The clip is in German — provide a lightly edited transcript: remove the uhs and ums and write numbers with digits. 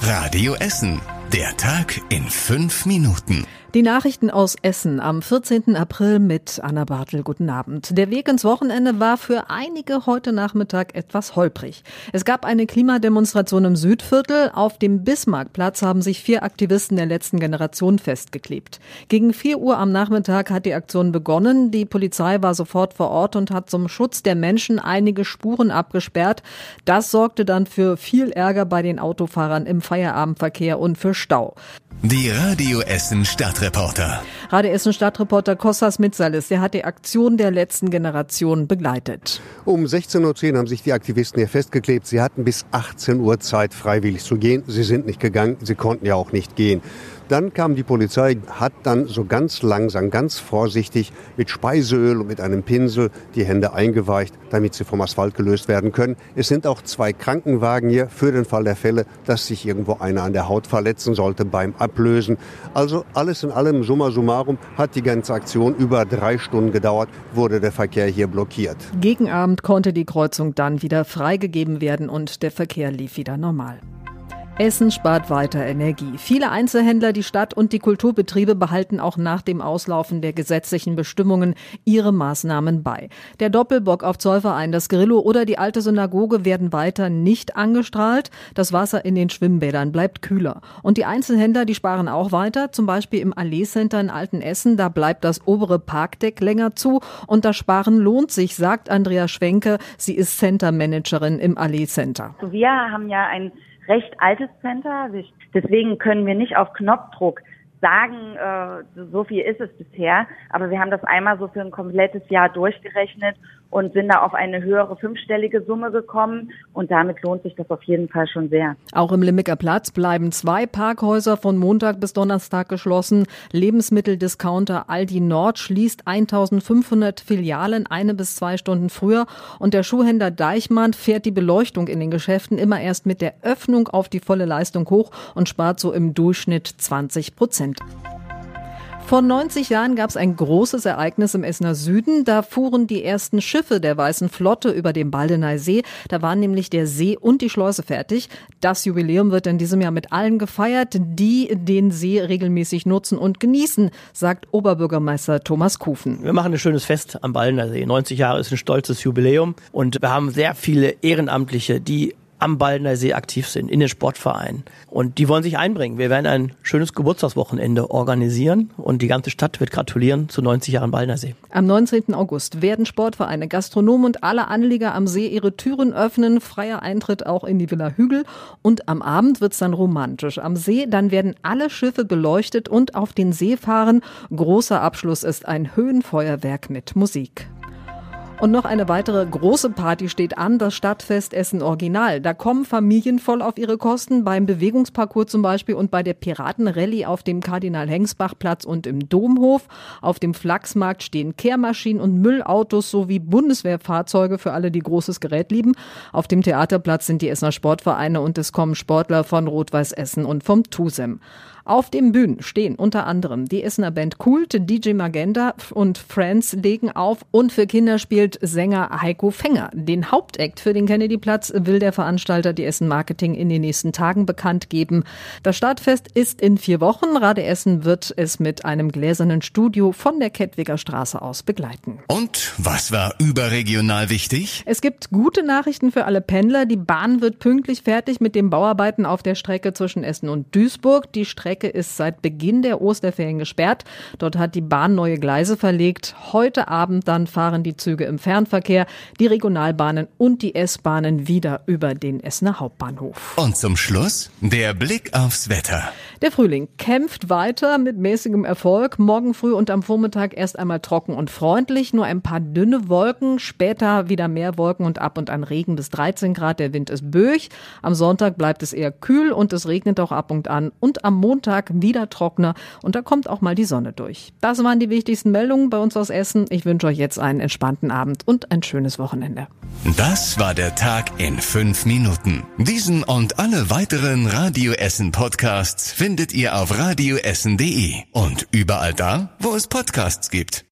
Radio Essen. Der Tag in 5 Minuten. Die Nachrichten aus Essen am 14. April mit Anna Bartel. Guten Abend. Der Weg ins Wochenende war für einige heute Nachmittag etwas holprig. Es gab eine Klimademonstration im Südviertel. Auf dem Bismarckplatz haben sich 4 Aktivisten der letzten Generation festgeklebt. Gegen 4 Uhr am Nachmittag hat die Aktion begonnen. Die Polizei war sofort vor Ort und hat zum Schutz der Menschen einige Spuren abgesperrt. Das sorgte dann für viel Ärger bei den Autofahrern im Feierabendverkehr und für Stau. Die Radio Essen Stadtreporter. Radio Essen Stadtreporter Kostas Mitsalis, der hat die Aktion der letzten Generation begleitet. Um 16.10 Uhr haben sich die Aktivisten hier festgeklebt. Sie hatten bis 18 Uhr Zeit, freiwillig zu gehen. Sie sind nicht gegangen, sie konnten ja auch nicht gehen. Dann kam die Polizei, hat dann so ganz langsam, ganz vorsichtig mit Speiseöl und mit einem Pinsel die Hände eingeweicht, damit sie vom Asphalt gelöst werden können. Es sind auch 2 Krankenwagen hier für den Fall der Fälle, dass sich irgendwo einer an der Haut verletzen sollte beim Ablösen. Also alles in allem, summa summarum, hat die ganze Aktion über 3 Stunden gedauert, wurde der Verkehr hier blockiert. Gegen Abend konnte die Kreuzung dann wieder freigegeben werden und der Verkehr lief wieder normal. Essen spart weiter Energie. Viele Einzelhändler, die Stadt- und die Kulturbetriebe behalten auch nach dem Auslaufen der gesetzlichen Bestimmungen ihre Maßnahmen bei. Der Doppelbock auf Zollverein, das Grillo oder die alte Synagoge werden weiter nicht angestrahlt. Das Wasser in den Schwimmbädern bleibt kühler. Und die Einzelhändler, die sparen auch weiter. Zum Beispiel im Allee-Center in Altenessen, da bleibt das obere Parkdeck länger zu. Und das Sparen lohnt sich, sagt Andrea Schwenke. Sie ist Center-Managerin im Allee-Center. Wir haben ja ein recht altes Center, deswegen können wir nicht auf Knopfdruck sagen, so viel ist es bisher, aber wir haben das einmal so für ein komplettes Jahr durchgerechnet und sind da auf eine höhere 5-stellige Summe gekommen und damit lohnt sich das auf jeden Fall schon sehr. Auch im Limmicker Platz bleiben 2 Parkhäuser von Montag bis Donnerstag geschlossen. Lebensmitteldiscounter Aldi Nord schließt 1500 Filialen 1 bis 2 Stunden früher und der Schuhhändler Deichmann fährt die Beleuchtung in den Geschäften immer erst mit der Öffnung auf die volle Leistung hoch und spart so im Durchschnitt 20%. Vor 90 Jahren gab es ein großes Ereignis im Essener Süden. Da fuhren die ersten Schiffe der Weißen Flotte über den Baldener See. Da waren nämlich der See und die Schleuse fertig. Das Jubiläum wird in diesem Jahr mit allen gefeiert, die den See regelmäßig nutzen und genießen, sagt Oberbürgermeister Thomas Kufen. Wir machen ein schönes Fest am Baldener See. 90 Jahre ist ein stolzes Jubiläum und wir haben sehr viele Ehrenamtliche, die am Baldener See aktiv sind, in den Sportvereinen. Und die wollen sich einbringen. Wir werden ein schönes Geburtstagswochenende organisieren und die ganze Stadt wird gratulieren zu 90 Jahren Baldener See. Am 19. August werden Sportvereine, Gastronomen und alle Anlieger am See ihre Türen öffnen. Freier Eintritt auch in die Villa Hügel. Und am Abend wird's dann romantisch. Am See, dann werden alle Schiffe beleuchtet und auf den See fahren. Großer Abschluss ist ein Höhenfeuerwerk mit Musik. Und noch eine weitere große Party steht an, das Stadtfest Essen Original. Da kommen Familien voll auf ihre Kosten, beim Bewegungsparcours zum Beispiel und bei der Piratenrallye auf dem Kardinal-Hengsbach-Platz und im Domhof. Auf dem Flachsmarkt stehen Kehrmaschinen und Müllautos sowie Bundeswehrfahrzeuge für alle, die großes Gerät lieben. Auf dem Theaterplatz sind die Essener Sportvereine und es kommen Sportler von Rot-Weiß Essen und vom TUSEM. Auf den Bühnen stehen unter anderem die Essener Band Kult, DJ Magenta und Friends legen auf und für Kinder spielt Sänger Heiko Fänger. Den Hauptakt für den Kennedyplatz will der Veranstalter die Essen Marketing in den nächsten Tagen bekannt geben. Das Startfest ist in 4 Wochen. Radio Essen wird es mit einem gläsernen Studio von der Kettwiger Straße aus begleiten. Und was war überregional wichtig? Es gibt gute Nachrichten für alle Pendler. Die Bahn wird pünktlich fertig mit den Bauarbeiten auf der Strecke zwischen Essen und Duisburg. Die Strecke ist seit Beginn der Osterferien gesperrt. Dort hat die Bahn neue Gleise verlegt. Heute Abend dann fahren die Züge im Fernverkehr, die Regionalbahnen und die S-Bahnen wieder über den Essener Hauptbahnhof. Und zum Schluss der Blick aufs Wetter. Der Frühling kämpft weiter mit mäßigem Erfolg. Morgen früh und am Vormittag erst einmal trocken und freundlich. Nur ein paar dünne Wolken, später wieder mehr Wolken und ab und an Regen bis 13 Grad. Der Wind ist böig. Am Sonntag bleibt es eher kühl und es regnet auch ab und an. Und am Montag wieder trockener und da kommt auch mal die Sonne durch. Das waren die wichtigsten Meldungen bei uns aus Essen. Ich wünsche euch jetzt einen entspannten Abend und ein schönes Wochenende. Das war der Tag in 5 Minuten. Diesen und alle weiteren Radio Essen Podcasts findet ihr auf radioessen.de und überall da, wo es Podcasts gibt.